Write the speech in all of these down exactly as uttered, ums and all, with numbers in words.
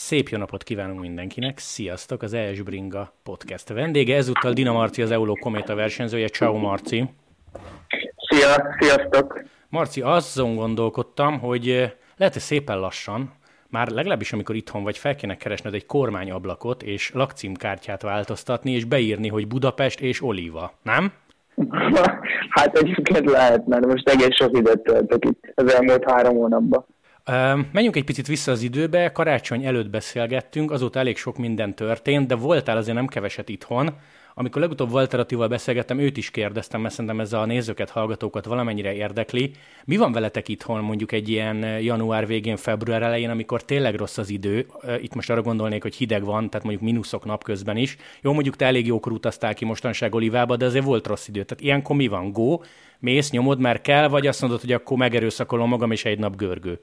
Szép jó napot kívánunk mindenkinek, sziasztok, az e es Bringa podcast vendége, ezúttal Dina Marci, az Euló Kométa versenyzője. Ciao Marci! Szia, sziasztok! Marci, azon gondolkodtam, hogy lehet-e szépen lassan, már legalábbis amikor itthon vagy, fel kéne keresned egy kormányablakot, és lakcímkártyát változtatni, és beírni, hogy Budapest és Oliva, nem? Hát egyébként lehet, mert most egész sok időt töltök itt az elmúlt három hónapban. Menjünk egy picit vissza az időbe, karácsony előtt beszélgettünk, azóta elég sok minden történt, de voltál azért nem keveset itthon. Amikor legutóbb Walter Attival beszélgettem, őt is kérdeztem, mert szerintem ez a nézőket, hallgatókat valamennyire érdekli. Mi van veletek itthon mondjuk egy ilyen január végén, február elején, amikor tényleg rossz az idő? Itt most arra gondolnék, hogy hideg van, tehát mondjuk mínuszok napközben is. Jó, mondjuk te elég jókor utaztál ki mostanság Olivába, de azért volt rossz idő. Tehát ilyenkor mi van? Go, mész, nyomod, mert kell, vagy azt mondod, hogy akkor megerőszakolom magam, és egy nap görgő?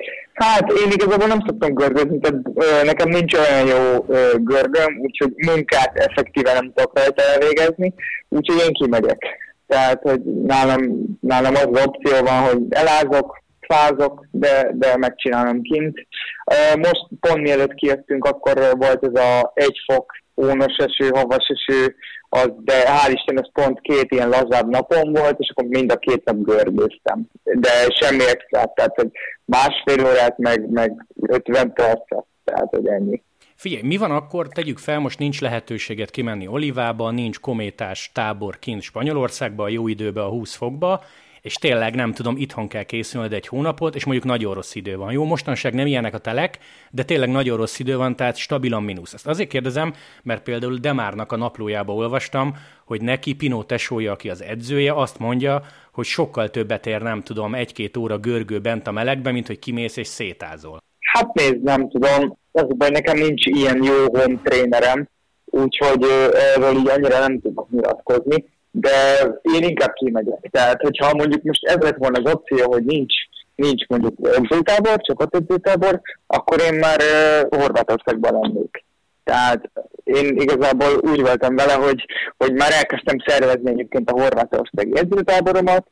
Hát én igazából nem szoktam görgözni, tehát ö, nekem nincs olyan jó ö, görgöm, úgyhogy munkát effektíven nem tudok rajta elvégezni, úgyhogy én kimegyek. Tehát, hogy nálam, nálam az, az opció van, hogy elázok, fázok, de, de megcsinálom kint. Ö, most pont mielőtt kijöttünk, akkor volt ez a egy fok ónos eső, havas eső, az, de hál' Isten, ez pont két ilyen lazább napom volt, és akkor mind a két nap görbőztem. De semmi extra, tehát hogy másfél órát, meg, meg ötven percet, tehát hogy ennyi. Figyelj, mi van akkor, tegyük fel, most nincs lehetőséget kimenni Olivába, nincs kométás tábor kint Spanyolországba, a jó időbe, a húsz fokba, és tényleg nem tudom, itthon kell készülned egy hónapot, és mondjuk nagyon rossz idő van. Jó, mostanság nem ilyenek a telek, de tényleg nagyon rossz idő van, tehát stabilan mínusz. Ezt azért kérdezem, mert például Demárnak a naplójába olvastam, hogy neki Pinó tesója, aki az edzője, azt mondja, hogy sokkal többet ér, nem tudom, egy-két óra görgő bent a melegben, mint hogy kimész és szétázol. Hát nézd, nem tudom, az a baj, nekem nincs ilyen jó home trénerem, úgyhogy erről így annyira nem tudok nyilatkozni. De én inkább kimegyek. Tehát, hogyha mondjuk most ez lett volna az opció, hogy nincs, nincs mondjuk edzőtábor, csapatedzőtábor, akkor én már uh, Horvátországban lennék. Tehát én igazából úgy voltam vele, hogy, hogy már elkezdtem szervezni egyébként a horvátországi edzőtáboromat,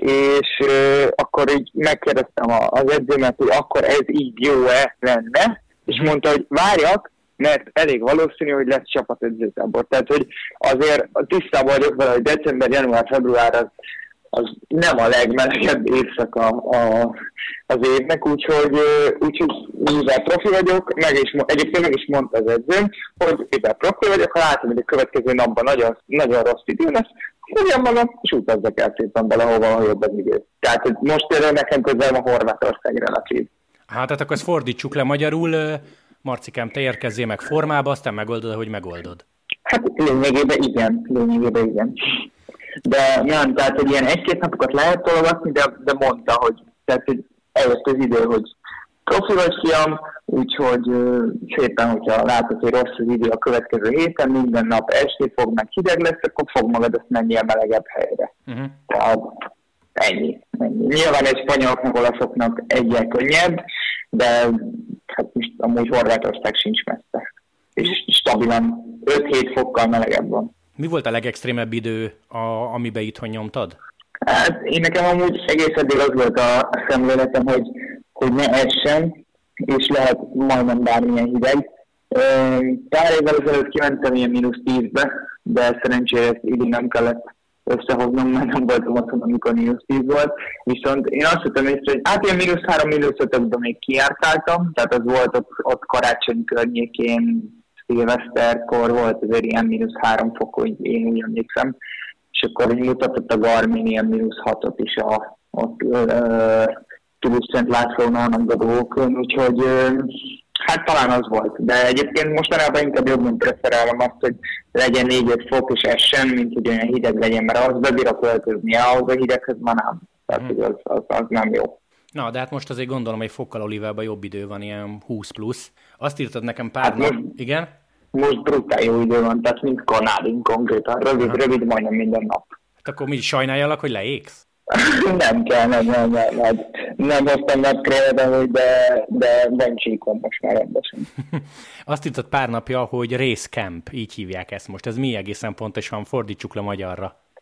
és uh, akkor így megkérdeztem az edzőmet, hogy akkor ez így jó-e lenne, és mondta, hogy várjak, mert elég valószínű, hogy lesz csapatedzőtábor. Tehát, hogy azért tisztában vagyok vele, hogy december, január, február az, az nem a legmelegebb évszaka a, az évnek, úgyhogy, úgyhogy mivel profi vagyok, meg is, egyébként meg is mondta az edzőm, hogy mivel profi vagyok, ha látom, hogy a következő napban nagyon, nagyon rossz idő lesz, ugyan magam, és utazzak el szépen valahova, ha jobb az idő. Tehát, hogy most például nekem közel a Horvátország relatív. Hát, tehát akkor ezt fordítsuk le magyarul. Marcikám, te érkezzél meg formába, aztán megoldod, ahogy megoldod. Hát lényegében igen, lényegében igen. De nem, tehát, hogy ilyen egy-két napokat lehet tologatni, de, de mondta, hogy, tehát, hogy eljött az idő, hogy profi vagy fiam, úgyhogy uh, szépen, hogyha látod, hogy rossz az idő a következő héten, minden nap esni fog, meg hideg lesz, akkor fog magad azt menni a melegebb helyre. Uh-huh. Tehát ennyi, ennyi. Nyilván egy spanyoloknak, olaszoknak egyen könnyebb, de hát most amúgy Horvátország sincs messze. És stabilan öt-hét fokkal melegebb van. Mi volt a legextrémebb idő, a, amiben itthon nyomtad? Hát én nekem amúgy egész eddig az volt a szemléletem, hogy, hogy ne essen, és lehet majdnem bármilyen hideg. Pár évvel ezelőtt kimentem ilyen mínusz tízbe, de szerencsére ezt idén nem kellett összehoznom, mert nem voltam otthon, amikor mínusz tíz volt. Viszont én azt hittem észre, hogy hát ilyen mínusz három, mínusz ötökben még kijárkáltam, tehát az volt ott, ott karácsony környékén, szilveszterkor volt azért ilyen mínusz három fok, hogy én úgy emlékszem, és akkor így mutatott a Garmin ilyen mínusz hatot is a, ott uh, Toulouse-Szent Lászlónál a dolgokon, úgyhogy uh, hát talán az volt. De egyébként mostanában inkább jobban preferálom azt, hogy legyen négy-öt fok és essen, mint hogy olyan hideg legyen, mert az bebírok költözni, ahhoz a hideghez már nem. Tehát hmm. az, az, az nem jó. Na, de hát most azért gondolom, hogy fokkal Olivában jobb idő van, ilyen húsz plusz. Azt írtad nekem pár hát nap... Most, igen? Most brutál jó idő van, tehát mint Kanádin konkrétan. Rövid, Aha. rövid majdnem minden nap. Hát akkor mi sajnáljalak, hogy leégsz? nem kell, nem, nem, nem. Nem, nem hoztam napkrémet, de, de nem csíkom most már rendesen. Azt írtad pár napja, hogy Race Camp, így hívják ezt most. Ez mi egészen pontosan? Fordítsuk le magyarra.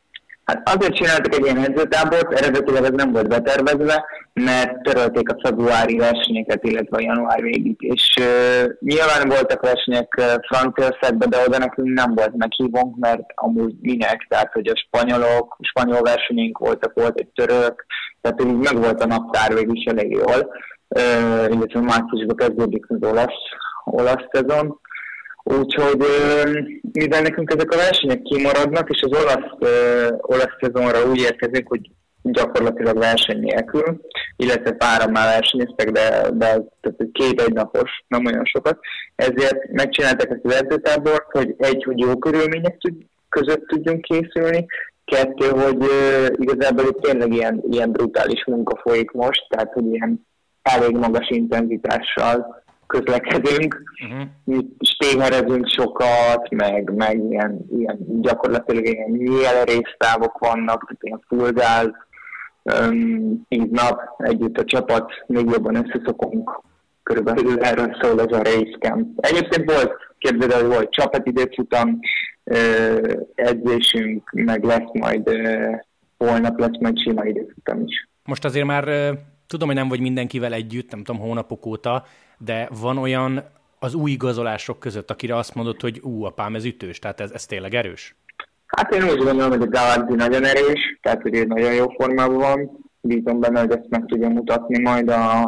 Hát azért csináltak egy ilyen edzőtábort, eredetileg ez nem volt betervezve, mert törölték a februári versenyeket, illetve a január végig, és uh, nyilván voltak versenyek uh, Franciaországban, de oda nekünk nem volt meghívónk, mert amúgy minek, tehát hogy a spanyolok, a spanyol versenyünk voltak, volt egy török, tehát így meg volt a naptár végül is elég jól, uh, illetve márciusban kezdődik az olasz, olasz szezon. Úgyhogy mivel nekünk ezek a versenyek kimaradnak, és az olasz, olasz szezonra úgy érkezünk, hogy gyakorlatilag verseny nélkül, illetve páran már versenyeztek, de, de tehát két egynapos, nem olyan sokat. Ezért megcsinálták ezt az edzőtábort, hogy egy, hogy jó körülmények között tudjunk készülni, kettő, hogy igazából itt tényleg ilyen, ilyen brutális munka folyik most, tehát hogy ilyen elég magas intenzitással közlekedünk, uh-huh. stéherezünk sokat, meg, meg ilyen, ilyen gyakorlatilag ilyen nyíl résztávok vannak, tehát ilyen full gáz, um, tíz nap együtt a csapat, még jobban összeszokunk, körülbelül erről szól ez a racecamp. Egyébként volt, képzeld, hogy volt csapatidőfutam, uh, edzésünk, meg lesz majd, uh, holnap lesz majd sima időfutam is. Most azért már uh, tudom, hogy nem vagy mindenkivel együtt, nem tudom, hónapok óta, de van olyan az új igazolások között, akire azt mondod, hogy ú, apám, ez ütős, tehát ez, ez tényleg erős? Hát én úgy gondolom, hogy a Gavazzi nagyon erős, tehát hogy ő nagyon jó formában van. Bízom benne, hogy ezt meg tudja mutatni majd a,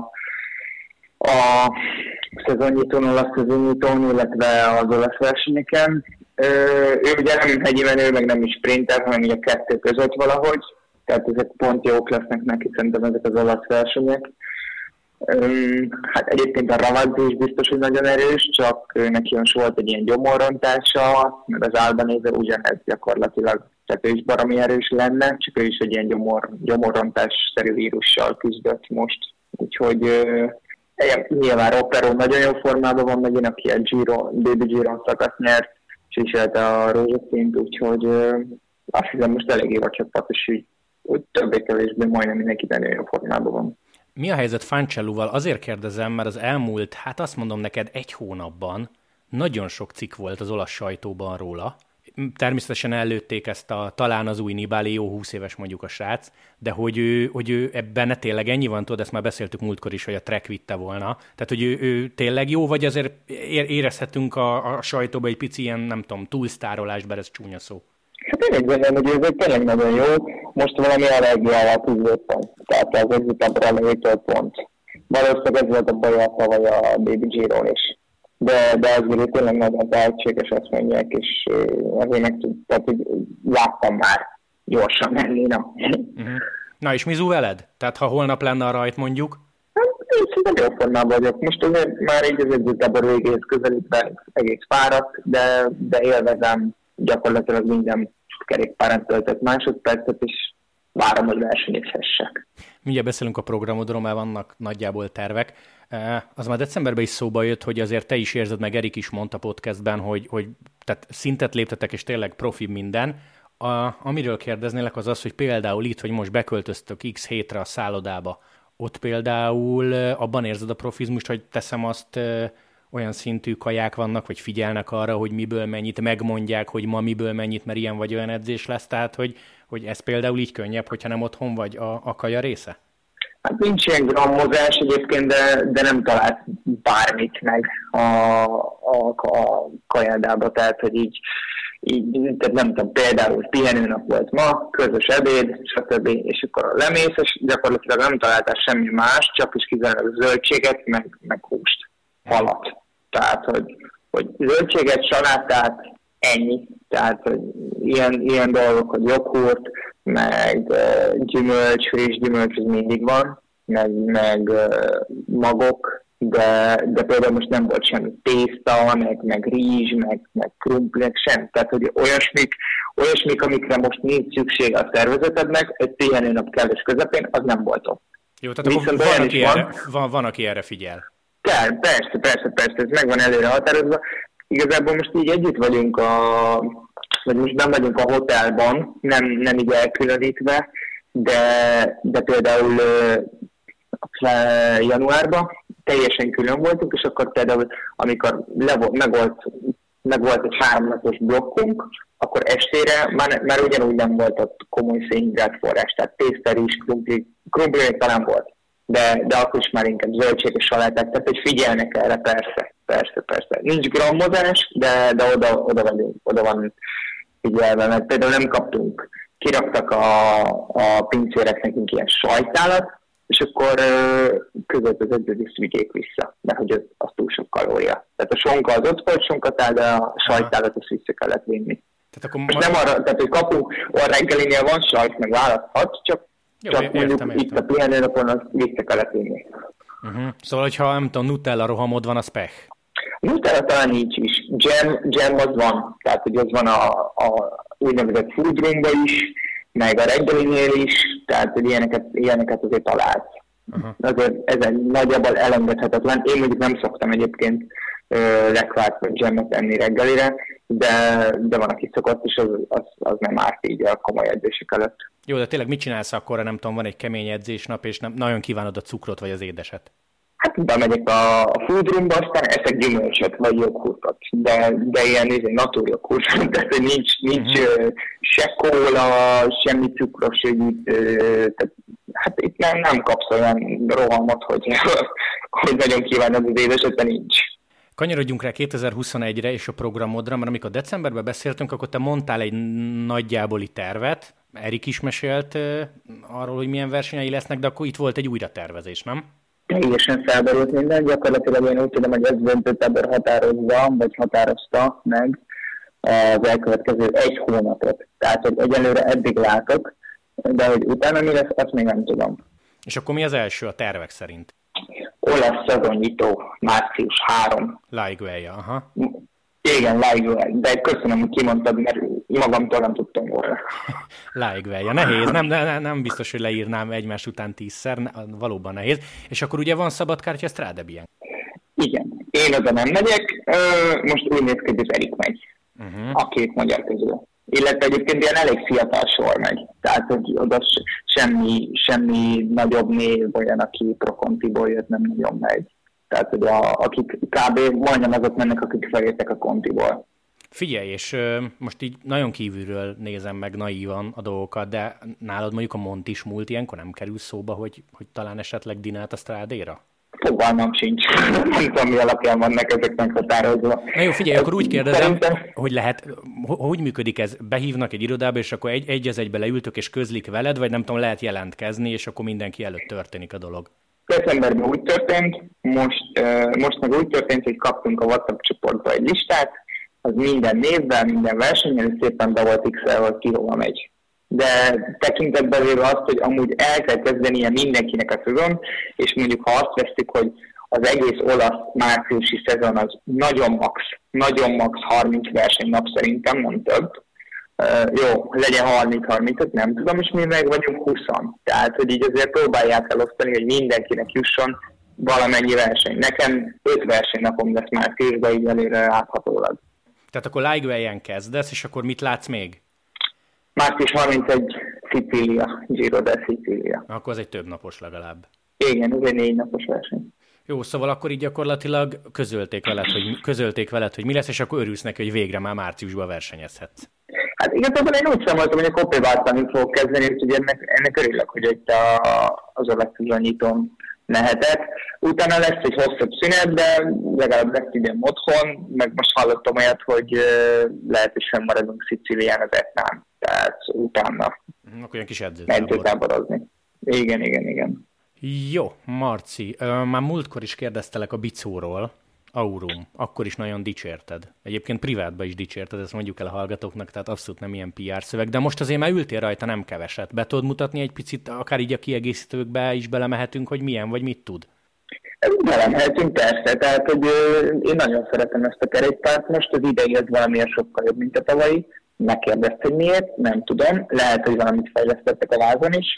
a szezonnyitón, olasz szezonnyitón, illetve az olasz versenyeken. Ő ugye nem hegyi menő, meg nem is sprinter, hanem ugye kettő között valahogy, tehát ezek pont jók lesznek neki, szerintem ezek az olasz versenyek. Hát egyébként a Ravazzi is biztos, hogy nagyon erős, csak neki is volt egy ilyen gyomorrontása, meg az Albanese ugyanez gyakorlatilag, tehát ő is baromi erős lenne, csak ő is egy ilyen gyomor, gyomorrontás-szerű vírussal küzdött most. Úgyhogy uh, nyilván Ropero nagyon jó formában van megint, aki a Giro, Baby Giron szakasz nyert, és is a rózsaszínt, úgyhogy uh, azt hiszem most elég jó a csapat, és úgy, úgy többé-kevésbé majdnem mindenki nagyon jó formában van. Mi a helyzet Fancelluval? Azért kérdezem, mert az elmúlt, hát azt mondom neked, egy hónapban nagyon sok cikk volt az olasz sajtóban róla. Természetesen előtték ezt a talán az új Nibali, jó húsz éves mondjuk a srác, de hogy ő, hogy ő ebben tényleg ennyi van, tudod, ezt már beszéltük múltkor is, hogy a Trek vitte volna. Tehát, hogy ő, ő tényleg jó, vagy azért érezhetünk a, a sajtóba egy pici ilyen, nem tudom, túlsztárolás, bár ez csúnya szó. Hát én egy gondolom, hogy ez tényleg nagyon jó. Most valami allergiával küzdöttem. Tehát az egzitábor elejétől pont. Valószínűleg ez volt a baj a tavaly a Baby Giron is. De, de azért tényleg nagyon tehetséges, azt mondják, és azért meg tud, tehát hogy láttam már gyorsan menni. Na, uh-huh. Na és Mizu veled? Tehát ha holnap lenne a rajt mondjuk? Hát én szerintem jó formában vagyok. Most azért már így az egzitábor végéhez közelítve egész fáradt, de, de élvezem gyakorlatilag minden kerékpáron töltött másodpercet, és várom, hogy versenyezhessek. Mindjárt beszélünk a programodról, mert vannak nagyjából tervek. Az már decemberben is szóba jött, hogy azért te is érzed, meg Erik is mondta podcastben, hogy, hogy tehát szintet léptetek, és tényleg profi minden. A, amiről kérdeznélek az az, hogy például itt, hogy most beköltöztök X hétre a szállodába, ott például abban érzed a profizmust, hogy teszem azt, olyan szintű kaják vannak, vagy figyelnek arra, hogy miből mennyit, megmondják, hogy ma miből mennyit, mert ilyen vagy olyan edzés lesz, tehát hogy, hogy ez például így könnyebb, hogyha nem otthon vagy a, a kaja része? Hát nincs ilyen grammozás egyébként, de, de nem talált bármit meg a, a, a kajádába, tehát hogy így, így tehát nem tudom, például pihenőnap volt ma, közös ebéd, stb. És akkor lemész, és gyakorlatilag nem találtál semmi más, csak is kizárólag zöldséget, meg, meg húst, halat. Tehát, hogy, hogy zöldséget, salátát, ennyi. Tehát, hogy ilyen, ilyen dolgok, hogy joghurt, meg uh, gyümölcs, friss gyümölcs, az mindig van, meg, meg uh, magok, de, de például most nem volt semmi tészta, meg, meg rizs, meg, meg krumpli, meg sem. Tehát, hogy olyasmik, olyasmik, amikre most nincs szükség a szervezetednek, egy pihenőnap kellős közepén, az nem volt ott. Jó, tehát akkor van, aki erre, van, van, aki erre figyel. Kell, persze, persze, persze, ez meg van előre határozva. Igazából most így együtt vagyunk a, vagy most nem vagyunk a hotelban, nem, nem így elkülönítve, de, de például uh, januárban teljesen külön voltunk, és akkor például, amikor le volt, meg, volt, meg volt egy háromnapos blokkunk, a akkor estére már, már ugyanúgy nem volt ott komoly szénhidrát forrás, tehát tészta, rizs, krumpli, krumpli talán volt, de, de akkor is már inkább zöldség és saláták, tehát hogy figyelnek erre, persze, persze, persze. Nincs grammozás, de, de oda, oda, vagyunk, oda van figyelve, mert például nem kaptunk, kiraktak a, a pincérek nekünk ilyen sajtálat, és akkor között az edződést vigyék vissza, mert hogy az, az túl sok kalória. Tehát a sonka az ott volt sonkatál, de a sajtálat azt vissza kellett vinni. Tehát akkor most nem arra, tehát hogy kapunk, a reggelinél van sajt, meg választhatsz, csak, jó, csak értem, mondjuk értem. Itt a pihenőnapon azt vissza kellett vinni. Uh-huh. Szóval, hogyha nem tudom, Nutella rohamod van, az pech. Nutella talán nincs is. Jam, jam az van, tehát hogy az van a, a úgynevezett food roomba is, meg a reggelinél is, tehát hogy ilyeneket, ilyeneket azért találsz. Uh-huh. Azért ez egy nagyjából elengedhetetlen. Én mondjuk nem szoktam egyébként uh, lekvárt vagy jammet enni reggelire, de, de van, aki szokott, és az, az, az nem árt így a komoly edzések előtt. Jó, de tényleg mit csinálsz akkor, nem tudom, van egy kemény edzésnap, és nem, nagyon kívánod a cukrot vagy az édeset? Hát bemegyek a, a food roomba, aztán eszek gyümölcsöt, vagy joghurtot, de, de ilyen néző, naturjoghurt, tehát nincs, nincs uh-huh. uh, se kóla, semmi cukros, így, uh, tehát, hát itt nem, nem kapsz olyan rohamot, hogy, hogy nagyon kívánod az édeset, de nincs. Kanyarodjunk rá kétezer-huszonegyre és a programodra, mert amikor decemberben beszéltünk, akkor te mondtál egy nagyjáboli tervet, Erik is mesélt uh, arról, hogy milyen versenyei lesznek, de akkor itt volt egy újratervezés, nem? Teljesen felborult minden, gyakorlatilag én úgy tudom, hogy ez döntőtábor határozza, vagy határozta meg az elkövetkező egy hónapot. Tehát, hogy egyelőre eddig látok, de hogy utána mi lesz, azt még nem tudom. És akkor mi az első a tervek szerint? Olasz szezonnyitó, március harmadika. Laiguelja, aha. Igen, Laiguelja, de köszönöm, hogy kimondtad, mert magamtól nem tudtam volna. Laiguelja, nehéz, nem, nem, nem biztos, hogy leírnám egymás után tízszer, valóban nehéz. És akkor ugye van szabadkártya Strade Bianche? Igen, én oda nem megyek, most úgy néz ki, hogy az Erik megy, uh-huh. a két magyar közül. Illetve egyébként ilyen elég fiatal sor megy, tehát hogy oda semmi, semmi nagyobb név, olyan, aki Pro Contiból jött, nem nagyon megy. Tehát, hogy a, akik kb. Majdnem azok mennek, akik feljöttek a Contiból. Figyelj, és ö, most így nagyon kívülről nézem meg naívan a dolgokat, de nálad mondjuk a Montis múlt ilyenkor nem kerül szóba, hogy, hogy talán esetleg Dinát a Strádéra? Fogalmam sincs. Nem tudom, mi alapján vannak ezek meghatározva. Na jó, figyelj, akkor úgy kérdezem, Szerintem... hogy lehet, hogy működik ez? Behívnak egy irodába, és akkor egy, egy az egybe leültök, és közlik veled, vagy nem tudom, lehet jelentkezni, és akkor mindenki előtt történik a dolog? Decemberben úgy történt, most, uh, most meg úgy történt, hogy kaptunk a WhatsApp csoportba egy listát, az minden névben, minden versenyen, szépen be volt x-el, hogy ki hova megy. De tekintetben véve azt, hogy amúgy el kell kezdenie mindenkinek a szezon, és mondjuk ha azt veszik, hogy az egész olasz márciusi szezon az nagyon max, nagyon max harminc versenynap szerintem, nem több. Uh, jó, legyen harminc-harmincöt, nem tudom, és mi meg vagyunk húszan. Tehát, hogy így azért próbálják elosztani, hogy mindenkinek jusson valamennyi verseny. Nekem öt versenynapom lesz márciusban, így előre láthatólag. Tehát akkor Laigueljen kezdesz, és akkor mit látsz még? március harmincegy Szicília, Giro de Szicília. Akkor az egy több napos legalább. Igen, ez egy négy napos verseny. Jó, szóval akkor így gyakorlatilag közölték veled, hogy, közölték veled, hogy mi lesz, és akkor örülsz neki, hogy végre már márciusban versenyezhetsz. Hát igazából én úgy számoltam, hogy a Coppi-Bartani fogok kezdeni, és ugye ennek, ennek örülök, hogy itt a, az olasz szezonnyitón lehetek. Utána lesz egy hosszabb szünet, de legalább lesz időm otthon, meg most hallottam olyat, hogy lehet, hogy fennmaradunk Szicílián az Etnán, tehát utána akkor olyan kis edzőtábor. edzőtáborozni. Igen, igen, igen. Jó, Marci, már múltkor is kérdeztelek a Bicóról, Aurum, akkor is nagyon dicsérted. Egyébként privátban is dicsérted, ezt mondjuk el a hallgatóknak, tehát abszolút nem ilyen pé er szöveg, de most azért már ültél rajta nem keveset. Be tudod mutatni egy picit, akár így a kiegészítőkbe is belemehetünk, hogy milyen vagy mit tud? Belemehetünk persze, tehát hogy én nagyon szeretem ezt a kerékpárt, most az idei az valamiért sokkal jobb, mint a tavalyi. Megkérdezt, hogy miért, nem tudom, lehet, hogy valamit fejlesztettek a vázon is.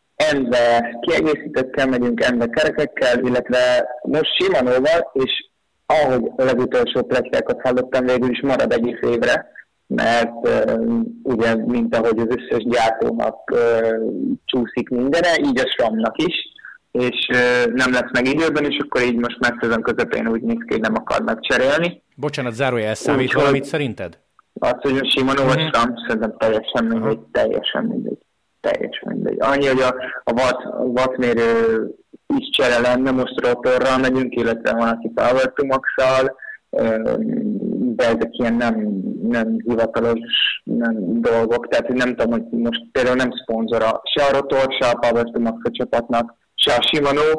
Ende kiegészítőkkel megyünk, ende kerekekkel, illetve most Shimanoval, és ahogy a legutolsó pletykákat hallottam, végül is marad egész évre, mert uh, ugye, mint ahogy az összes gyártónak uh, csúszik mindene, így a SRAM-nak is, és uh, nem lesz meg időben, és akkor így most már szezon közepén úgy néz ki, hogy nem akarnak cserélni. Bocsánat, zárójel számít úgy, valamit szerinted? Az, hogy a Shimano vagy Trump, szerintem teljesen mindegy, teljesen mindegy. Teljesen mindegy. Annyi, hogy a, a watt, wattmérő is csere lenne, most rotorral megyünk, illetve van, aki Power to Max-szal, de ezek ilyen nem, nem hivatalos nem dolgok, tehát nem tudom, hogy most például nem szponzora se a rotor, se a Power to Max a csapatnak, se a Shimano,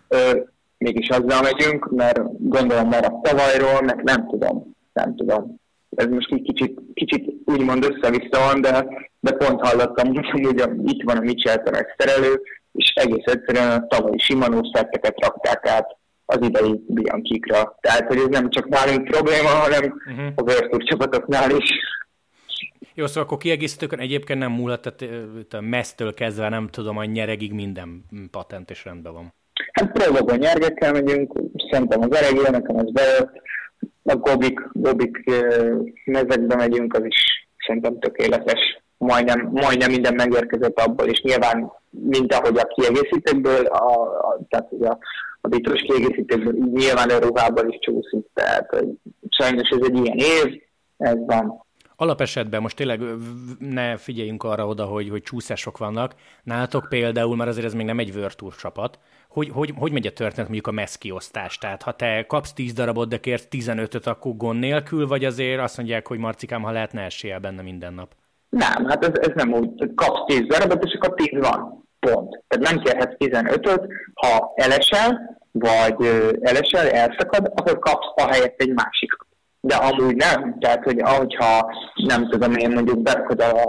mégis azzal megyünk, mert gondolom már a tavalyról, meg nem tudom, nem tudom. Ez most egy kicsit, kicsit úgymond össze-vissza van, de, de pont hallottam, hogy itt van a Michelson megszerelő, és egész egyszerűen a tavalyi Shimano szetteket rakták át az idei Bianchikra. Tehát, hogy ez nem csak nálunk probléma, hanem uh-huh. a World Tour csapatoknál is. Jó, szóval akkor kiegészítőkön egyébként nem múlhat, tehát a messztől kezdve nem tudom, a nyeregig minden patent és rendben van. Hát próbálban nyergekkel megyünk, szerintem az eregél, nekem ez bejött. A Gobik, Gobik mezekbe megyünk, az is szerintem tökéletes. Majdnem, majdnem minden megérkezett abból, és nyilván, mint ahogy a kiegészítőkből, a, a, tehát a, a bitros kiegészítőkből, nyilván a ruhában is csúszik, tehát hogy sajnos ez egy ilyen év, ez van. Alapesetben most tényleg ne figyeljünk arra oda, hogy, hogy csúszások vannak. Nálatok például, mert azért ez még nem egy World Tour csapat, hogy, hogy, hogy megy a történet mondjuk a messz kiosztás? Tehát ha te kapsz tíz darabot, de kérsz tizenötöt, akkor gond nélkül, vagy azért azt mondják, hogy Marcikám, ha lehet, ne essél el benne minden nap? Nem, hát ez, ez nem úgy. Kapsz tíz darabot, és akkor tíz van. Pont. Tehát nem kérhetsz tizenötöt, ha elesel, vagy elesel, elszakad, akkor kapsz a helyett egy másikat. De amúgy nem. Tehát, hogy ahogyha nem tudom én mondjuk berakod a,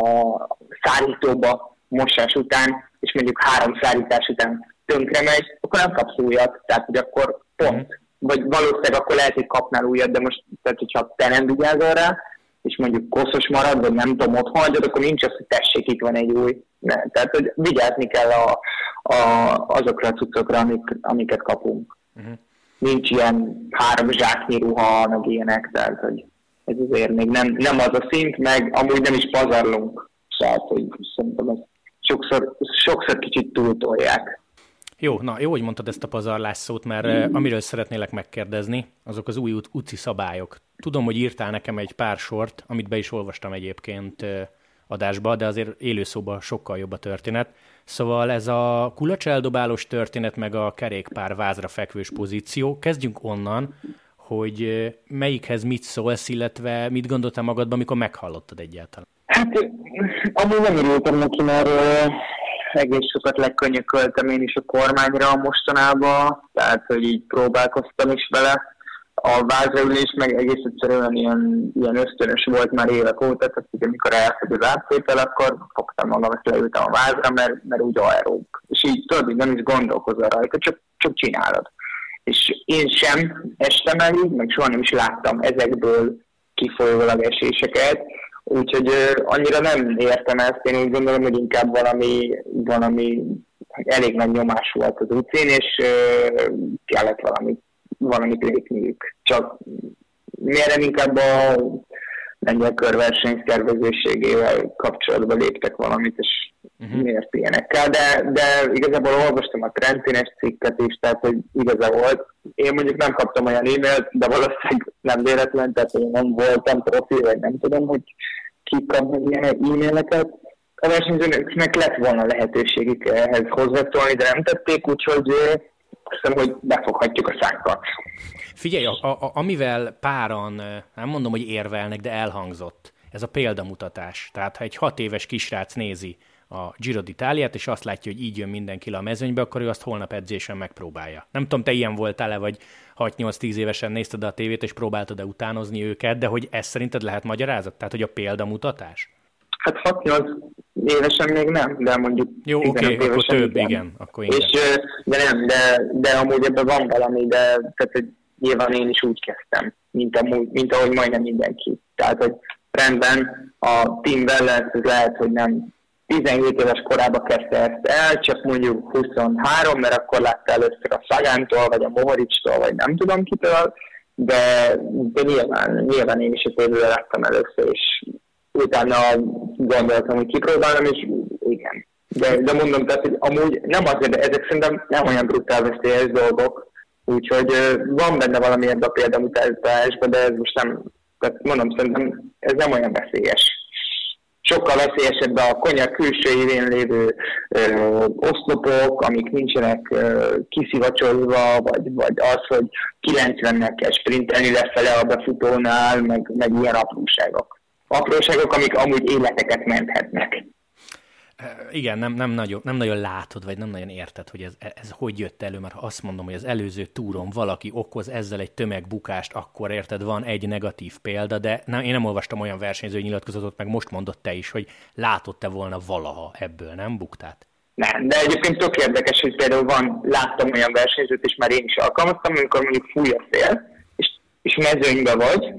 a szárítóba mosás után, és mondjuk három szárítás után tönkre megy, akkor nem kapsz újat. Tehát, hogy akkor pont. Mm. Vagy valószínűleg akkor lehet, hogy kapnál újat, de most, tehát, hogyha te nem vigyázol rá, és mondjuk koszos marad, vagy nem tudom, ott hagyod, akkor nincs az, hogy tessék, itt van egy új. Ne. Tehát, hogy vigyázni kell a, a, azokra a cuccokra, amik, amiket kapunk. Mm. Nincs ilyen három zsáknyi ruha, meg ilyenek, tehát hogy ez azért még nem, nem az a szint, meg amúgy nem is pazarlunk. Tehát, hogy szerintem ezt sokszor, sokszor kicsit túltolják. Jó, na jó, hogy mondtad ezt a pazarlás szót, mert mm. amiről szeretnélek megkérdezni, azok az új uci szabályok. Tudom, hogy írtál nekem egy pár sort, amit be is olvastam egyébként adásba, de azért élőszóban sokkal jobb a történet. Szóval ez a kulacseldobálós történet, meg a kerékpár vázra fekvős pozíció. Kezdjünk onnan, hogy melyikhez mit szólsz, illetve mit gondoltál magadban, amikor meghallottad egyáltalán? Hát, amúgy nem örültem neki, mert egész sokat lekönyököltem én is a kormányra mostanában, tehát, hogy így próbálkoztam is vele. A vázraülés meg egész egyszerűen ilyen, ilyen ösztönös volt már évek óta, tehát hogy amikor elfogy az átvétel, akkor fogtam magam, és leültem a vázra, mert, mert úgy aeróbb. És így tudod, hogy nem is gondolkozol rajta, csak, csak csinálod. És én sem estem el így, meg soha nem is láttam ezekből kifolyólag eséseket, úgyhogy uh, annyira nem értem ezt, én úgy gondolom, hogy inkább valami, valami elég nagy nyomás volt az utcén, és uh, kellett valami valamit lépniük. Csak miért inkább a lengyel körverseny szervezőségével kapcsolatban léptek valamit, és uh-huh. miért ilyenekkel, de, de igazából olvastam a Trentines cikket is, tehát hogy igaza volt. Én mondjuk nem kaptam olyan e-mailt, de valószínűleg nem véletlen, tehát én nem voltam profi, vagy nem tudom, hogy ki kapnak ilyen e-maileket. A versenyzőknek lett volna lehetőségük ehhez hozzászólni, de nem tették, úgyhogy hiszem, hogy befoghatjuk a szánkat. Figyelj, a, a, amivel páran, nem mondom, hogy érvelnek, de elhangzott, ez a példamutatás. Tehát, ha egy hat éves kisrác nézi a Giro d'Italiát, és azt látja, hogy így jön mindenki le a mezőnybe, akkor ő azt holnap edzésen megpróbálja. Nem tudom, te ilyen voltál-e, vagy hat-nyolc-tíz évesen nézted a tévét, és próbáltad-e utánozni őket, de hogy ez szerinted lehet magyarázat? Tehát, hogy a példamutatás? Hát hat-nyolc évesen még nem, de mondjuk jó, oké, okay, akkor több, igen. igen. Akkor és, de nem, de, de amúgy ebben van valami, de tehát, hogy nyilván én is úgy kezdtem, mint, amúgy, mint ahogy majdnem mindenki. Tehát, hogy rendben a Tim Wellens lehet, hogy nem tizenhét éves korában kezdte ezt el, csak mondjuk huszonhárom, mert akkor látta először a Sagántól, vagy a Mohoritstól, vagy nem tudom kitől, de, de nyilván, nyilván én is a tévőre láttam először, és utána gondoltam, hogy kipróbálom, és igen. De, de mondom, tehát, hogy amúgy nem azért, de ezek szerintem nem olyan brutál veszélyes dolgok, úgyhogy van benne valami ebben a példamutatásban, de ez most nem, tehát mondom, szerintem ez nem olyan veszélyes. Sokkal veszélyesebb a konyha külső évén lévő ö, oszlopok, amik nincsenek ö, kiszivacsozva, vagy, vagy az, hogy kilencvennel kell sprintelni lefele a befutónál, meg, meg ilyen apróságok. Apróságok, amik amúgy életeket menthetnek. Igen, nem, nem, nagyon, nem nagyon látod, vagy nem nagyon érted, hogy ez, ez hogy jött elő, mert ha azt mondom, hogy az előző túron valaki okoz ezzel egy tömegbukást, akkor érted, van egy negatív példa, de nem, én nem olvastam olyan versenyzői nyilatkozatot, meg most mondott te is, hogy látod-e volna valaha ebből, nem buktát? Nem, de egyébként tök érdekes, hogy például van, láttam olyan versenyzőt, és már én is alkalmaztam, amikor mondjuk fúj a szél, és, és mezőnybe vagy,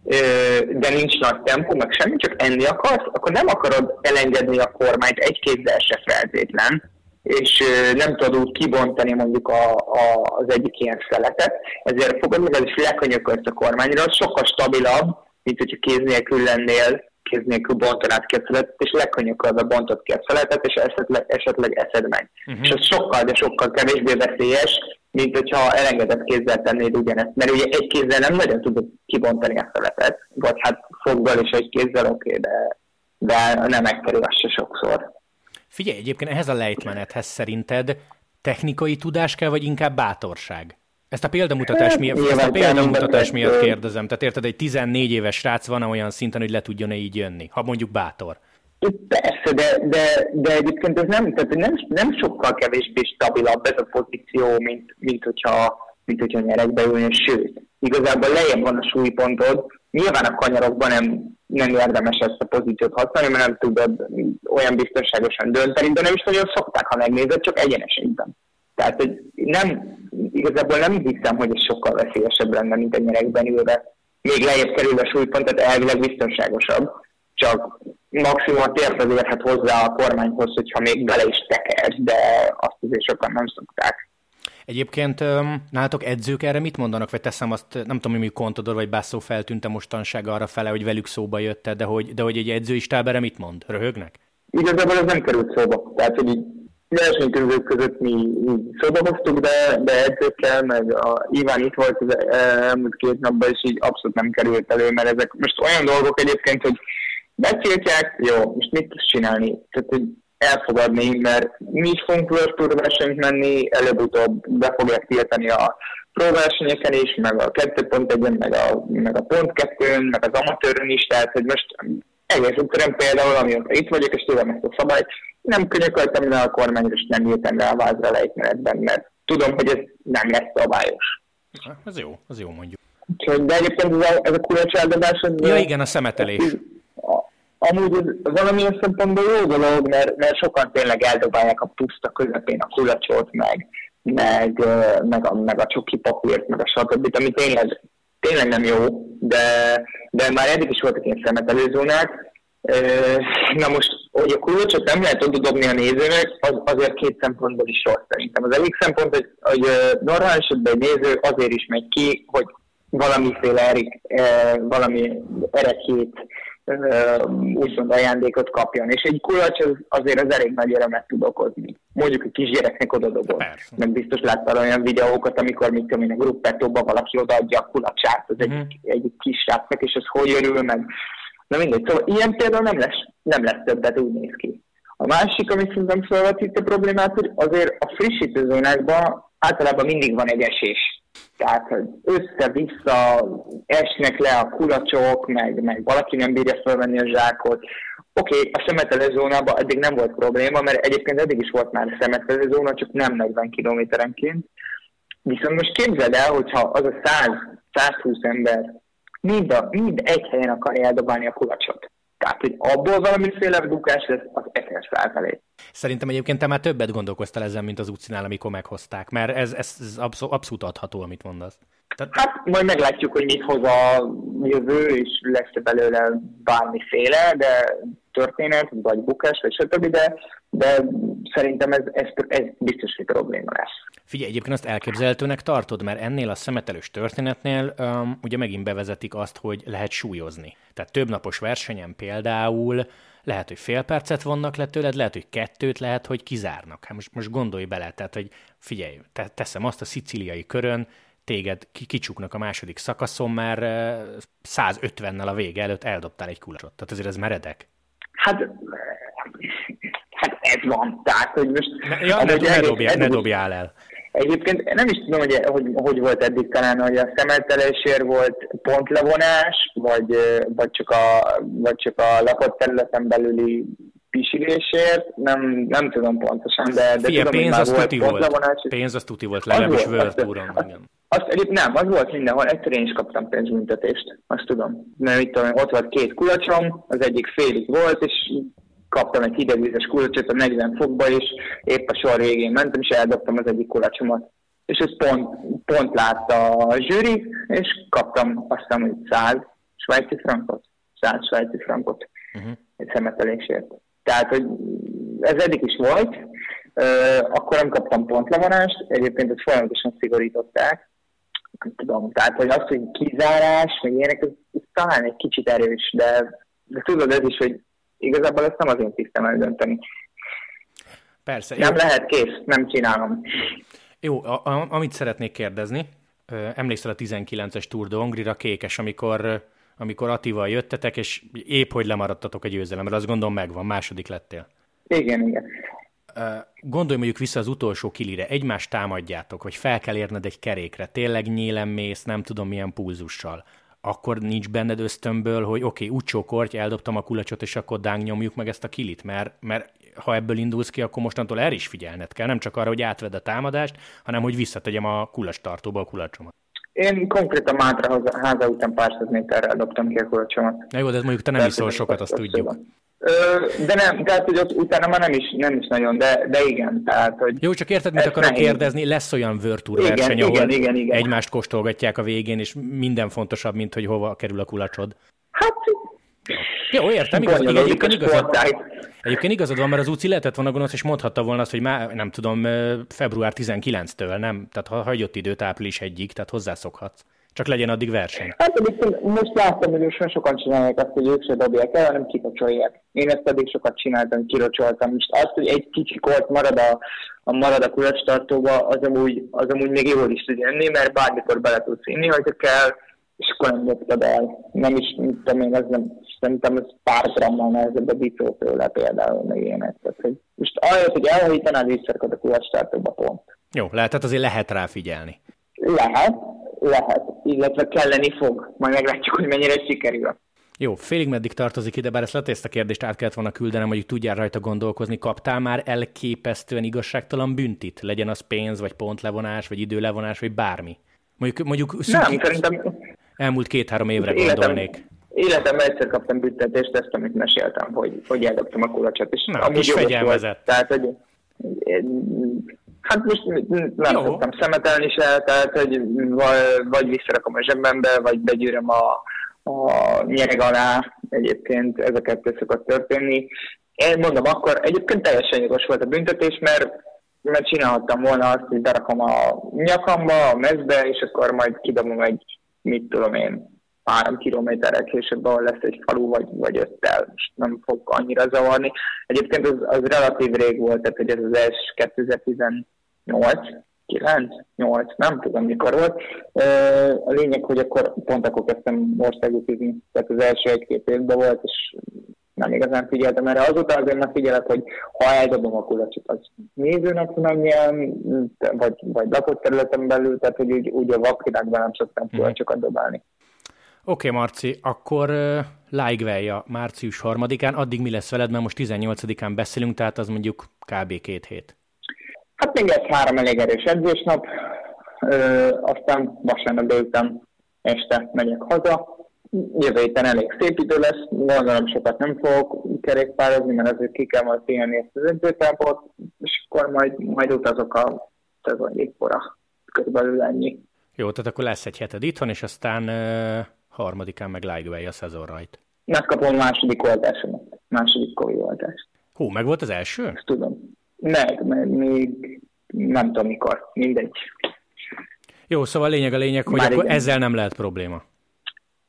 de nincs nagy tempó, meg semmi, csak enni akarsz, akkor nem akarod elengedni a kormányt egy kézzel se feltétlen, és nem tudod úgy kibontani mondjuk a, a, az egyik ilyen szeletet, ezért fogod meg, az is lekönyökölsz a kormányra, az sokkal stabilabb, mint hogyha kéz nélkül lennél, kéz nélkül bontanád ki a szeletet, és lekönyökölve bontod ki a szeletet, és esetleg, esetleg eszed meg. Uh-huh. És az sokkal, de sokkal kevésbé veszélyes, mint hogyha elengedett kézzel tennéd ugyanezt. Mert ugye egy kézzel nem nagyon tudod kibontani a szeletet, vagy hát foggal és egy kézzel oké, okay, de, de nem megkerül az se sokszor. Figyelj, egyébként ehhez a lejtmenethez szerinted technikai tudás kell, vagy inkább bátorság? Ezt a példamutatás miatt, ezt a példamutatás miatt kérdezem. Tehát érted, egy tizennégy éves srác van olyan szinten, hogy le tudjon-e így jönni, ha mondjuk bátor? Persze, de, de, de egyébként ez nem, tehát nem, nem sokkal kevésbé stabilabb ez a pozíció, mint, mint, hogyha, mint hogyha nyerekbe ülni, sőt, igazából lejjebb van a súlypontod, nyilván a kanyarokban nem, nem érdemes ezt a pozíciót használni, mert nem tudod olyan biztonságosan dönteni, de nem is nagyon szokták, ha megnézed, csak egyeneségben. Tehát hogy nem, igazából nem hiszem, hogy ez sokkal veszélyesebb lenne, mint a nyerekben ülve. Még lejjebb kerül a súlypont, tehát elvileg biztonságosabb, csak maximum a térd érhet hozzá a kormányhoz, hogyha még bele is tekersz, de azt azért sokan nem szokták. Egyébként nálatok edzők erre mit mondanak? Vagy teszem azt, nem tudom, hogy Contador vagy Basso feltűnt mostanság arra fele, hogy velük szóba jötte, de hogy, de hogy egy edzői stáb erre mit mond? Röhögnek? Igazából ez nem került szóba. Tehát, hogy így versenykörülők között mi szóba hoztuk, de, de edzőkkel, meg a Iván itt volt az elmúlt két napban, és így abszolút nem került elő, mert ezek most olyan dolgok egyébként, hogy betiltják, jó, most mit tudsz csinálni? Tehát, hogy elfogadni, mert mi is fogunk World Tour versenyt menni, előbb-utóbb be fogják tiltani a próversenyeken is, meg a kettő pont egyen, meg a, meg a pont kettőn, meg az amatőrön is, tehát, hogy most egész úttörön például, amióta itt vagyok, és tudom ezt a szabályt, nem könyököltem le a kormányra, és nem írtam le a vázra lejtmenetben, mert tudom, hogy ez nem lesz szabályos. Ez jó, ez jó mondjuk. De egyébként ez a, ez a kulcseldobás... Ja igen, a szemetelés. Amúgy ez valamilyen szempontból jó dolog, mert, mert sokan tényleg eldobálják a puszta közepén a kulacsot, meg, meg, meg, a, meg a csoki papírt, meg a stb., ami tényleg, tényleg nem jó, de, de már eddig is voltak ilyen szemetelőzónák. Na most, hogy a kulacsot nem lehet oda dobni a nézőnek, az, azért két szempontból is rossz szerintem. Az egyik szempont, hogy, hogy normál esetben egy néző azért is megy ki, hogy valamiféle erik, valami erekét, úgymond ajándékot kapjon. És egy kulacs az, azért az elég nagy örömet tud okozni. Mondjuk egy kisgyereknek odadobod. Meg biztos láttál olyan videókat, amikor mit tudom én, a gruppettóba valaki odaadja a kulacsát az mm-hmm. egyik, egyik kis srácnak, és az hogy örül meg. Na mindegy, szóval ilyen például nem lesz, nem lesz többet, úgy néz ki. A másik, ami szerintem felvet itt a problémát, hogy azért a frissítőzónákban általában mindig van egy esés. Tehát, hogy össze-vissza esnek le a kulacsok, meg, meg valaki nem bírja felvenni a zsákot. Oké, okay, a szemetelőzónában eddig nem volt probléma, mert egyébként eddig is volt már szemetelőzóna, csak nem negyven kilométerenként. Viszont most képzeld el, hogyha az a száz-százhúsz ember mind, a, mind egy helyen akarja eldobálni a kulacsot. Tehát, hogy abból valamiféle bukás lesz, az ezer százalék. Szerintem egyébként te már többet gondolkoztál ezen, mint az utcinál, amikor meghozták, mert ez, ez, ez abszol, abszolút adható, amit mondasz. Tehát... Hát majd meglátjuk, hogy mit hoz a jövő, és lesz belőle bármiféle, de történet, vagy bukás, vagy stb., de, de szerintem ez, ez, ez biztos, hogy probléma lesz. Figyelj, egyébként azt elképzelhetőnek tartod, mert ennél a szemetelős történetnél um, ugye megint bevezetik azt, hogy lehet súlyozni. Tehát több napos versenyen például lehet, hogy fél percet vonnak le tőled, lehet, hogy kettőt, lehet, hogy kizárnak. Hát most, most gondolj bele, tehát, hogy figyelj, te, teszem azt a szicíliai körön, téged kicsuknak a második szakaszon, mert száz ötvennel a vége előtt eldobtál egy kulacsot. Tehát azért ez meredek. Hát, hát ez van. Tehát, hogy most... Ja, ne, ne, dobjál, ne dobjál el. Egyébként nem is tudom, hogy, hogy, hogy volt eddig talán, hogy a szemeltelésért volt pontlevonás, vagy, vagy, csak a, vagy csak a lakott területen belüli pisilésért, nem, nem tudom pontosan, de, de Fia, tudom, pénz az tuti volt. Pénz az tuti volt, legalábbis World Touron. Azt, azt egyébként nem, az volt mindenhol, egyszer én is kaptam pénzbüntetést, azt tudom. Mert itt ott volt két kulacsom, az egyik félig volt, és kaptam egy hidegvízes kulacsot a negyven fokba, és épp a sor végén mentem, és eldobtam az egyik kulacsomat. És ez pont, pont látta a zsűri, és kaptam azt hiszem, hogy száz svájci frankot. száz svájci frankot uh-huh. egy szemetelésért. Tehát, hogy ez eddig is volt, akkor nem kaptam pontlevonást, egyébként ezt folyamatosan szigorították. Nem tudom, tehát, hogy az, hogy kizárás, meg ilyenek, ez, ez talán egy kicsit erős, de, de tudod ez is, hogy igazából ezt nem az én tisztem eldönteni. Persze. Nem jó. lehet, kész, nem csinálom. Jó, a, a, amit szeretnék kérdezni, emlékszel a tizenkilences Tour de Hongrie-ra, Kékes, amikor, amikor Attival jöttetek, és épp hogy lemaradtatok a győzelemre, azt gondolom megvan, második lettél. Igen, igen. Gondolj mondjuk vissza az utolsó kilire, egymást támadjátok, vagy fel kell érned egy kerékre, tényleg nyélen mész, nem tudom milyen pulzussal. Akkor nincs benned ösztönből, hogy oké, okay, úgy csókolj, eldobtam a kulacsot, és akkor dáng nyomjuk meg ezt a kilit, mert, mert ha ebből indulsz ki, akkor mostantól erre is figyelned kell, nem csak arra, hogy átvedd a támadást, hanem hogy visszategyem a kulacstartóba a kulacsomat. Én konkrétan Mátra háza után pár száz méterrel dobtam ki a kulacsomat. Na jó, de mondjuk te nem iszol sokat, azt tudjuk. De nem, tehát hogy ott utána már nem is, nem is nagyon, de, de igen. Tehát, hogy jó, csak érted, mit akarok nehéz. kérdezni, lesz olyan World Tour verseny, ahol igen, igen, igen. egymást kóstolgatják a végén, és minden fontosabb, mint hogy hova kerül a kulacsod. Hát... Jó, értem, igaz, igen, egyébként, igazad, egyébként igazad van, mert az Uci lehetett volna gonosz, és mondhatta volna azt, hogy már nem tudom, február tizenkilencedikétől, nem? Tehát ha hagyott időt április egyig, tehát hozzászokhatsz. Csak legyen addig verseny. Hát egyébként most láttam, hogy most sokan csinálják azt, hogy ők se dobják el, hanem kikocsolják. Én ezt pedig sokat csináltam, kirocsoltam. Most azt, hogy egy kicsi kort marad a, a, marad a kulacstartóba, az amúgy, az amúgy még jól is tud jönni, mert bármikor bele tudsz inni, hogyha kell, és akkor nem dobtad el. Nem is, mint tudom én, ez nem, szerintem ez pár grammal nehezebb a bicó tőle például, meg ilyenek. Tehát, hogy most ahelyett, hogy elhajítanád, visszarakod a kulacstartóba pont. Jó, lehet, tehát azért lehet rá figyelni. Lehet, lehet, illetve kelleni fog. Majd meglátjuk, hogy mennyire sikerül. Jó, félig meddig tartozik ide, bár ezt lehet, ezt a kérdést át kellett volna küldenem, hogy tudjál rajta gondolkozni. Kaptál már elképesztően igazságtalan büntit? Legyen az pénz, vagy pontlevonás, vagy időlevonás, vagy bármi? Mondjuk, mondjuk szükség... Nem, szerintem... Elmúlt két-három évre életem, gondolnék. Életemben egyszer kaptam büntetést, ezt amit meséltem, hogy, hogy eldobtam a kulacsot. És na, kis fegyelmezett. Tehát, hogy... Hát most nem jó. Tudtam szemetelni se, tehát hogy vagy visszarakom a zsebembe, vagy begyűröm a, a nyereg alá, egyébként ez a kettő szokott történni. Én mondom, akkor egyébként teljesen jogos volt a büntetés, mert, mert csinálhattam volna azt, hogy berakom a nyakamba, a mezbe, és akkor majd kidobom egy, mit tudom én, három kilométerrel később, ahol lesz egy falu, vagy, vagy öttel, most nem fog annyira zavarni. Egyébként az, az relatív rég volt, tehát hogy ez az első kétezer-tizennyolc, kilenc, nyolc, nem tudom mikor volt. A lényeg, hogy akkor pont akkor kezdtem országútizni, tehát az első egy-két évben volt, és nem igazán figyeltem erre. Azóta azért már figyelek, hogy ha eldobom a kulacsot, az nézőnek menjen, vagy, vagy lakott területen belül, tehát hogy úgy, úgy a vakvilágban nem szoktam kulacsokat dobálni. Oké, okay, Marci, akkor uh, Lájgvelja március harmadikán, addig mi lesz veled, mert most tizennyolcadikán beszélünk, tehát az mondjuk kb. Két hét. Hát még lesz három elég erős edzésnap, ö, aztán vasárnap délután este megyek haza. Jövő héten elég szép idő lesz, gondolom sokat nem fogok kerékpározni, mert azért ki kell majd pihenni ezt az edzőtábort, és akkor majd, majd utazok a szezon évkora. Körülbelül ennyi. Jó, tehát akkor lesz egy heted itthon, és aztán uh, harmadikán meg Lájgvelja a szezon rajt. Megkapom második oltásomat, második Covid oltást. Hú, meg volt az első? Ezt tudom. Meg, meg még nem tudom mikor, mindegy. Jó, szóval lényeg a lényeg, hogy már akkor igen. Ezzel nem lehet probléma.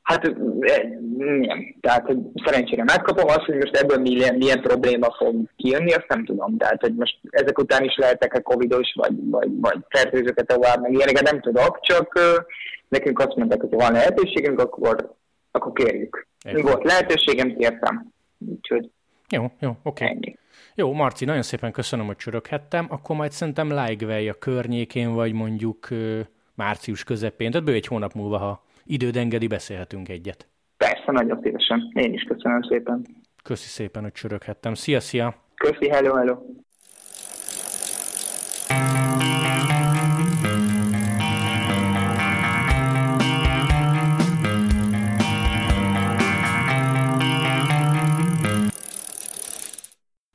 Hát nem. Tehát, hogy szerencsére megkapom azt, hogy most ebből milyen, milyen probléma fog kijönni, azt nem tudom. Tehát, hogy most ezek után is lehetek-e covidos, vagy, vagy, vagy fertőzők-e tovább, meg ilyeneket nem tudok, csak uh, nekünk azt mondták, hogy ha van lehetőségünk, akkor, akkor kérjük. Mi volt lehetőségem, kértem. Úgyhogy jó, jó, oké. Okay. Jó, Marci, nagyon szépen köszönöm, hogy csöröghettem. Akkor majd szerintem Lájgvej a környékén, vagy mondjuk uh, március közepén, tehát bő egy hónap múlva, ha időd engedi, beszélhetünk egyet. Persze, nagyon szívesen. Én is köszönöm szépen. Köszi szépen, hogy csöröghettem. Szia, szia! Köszi, hello, hello!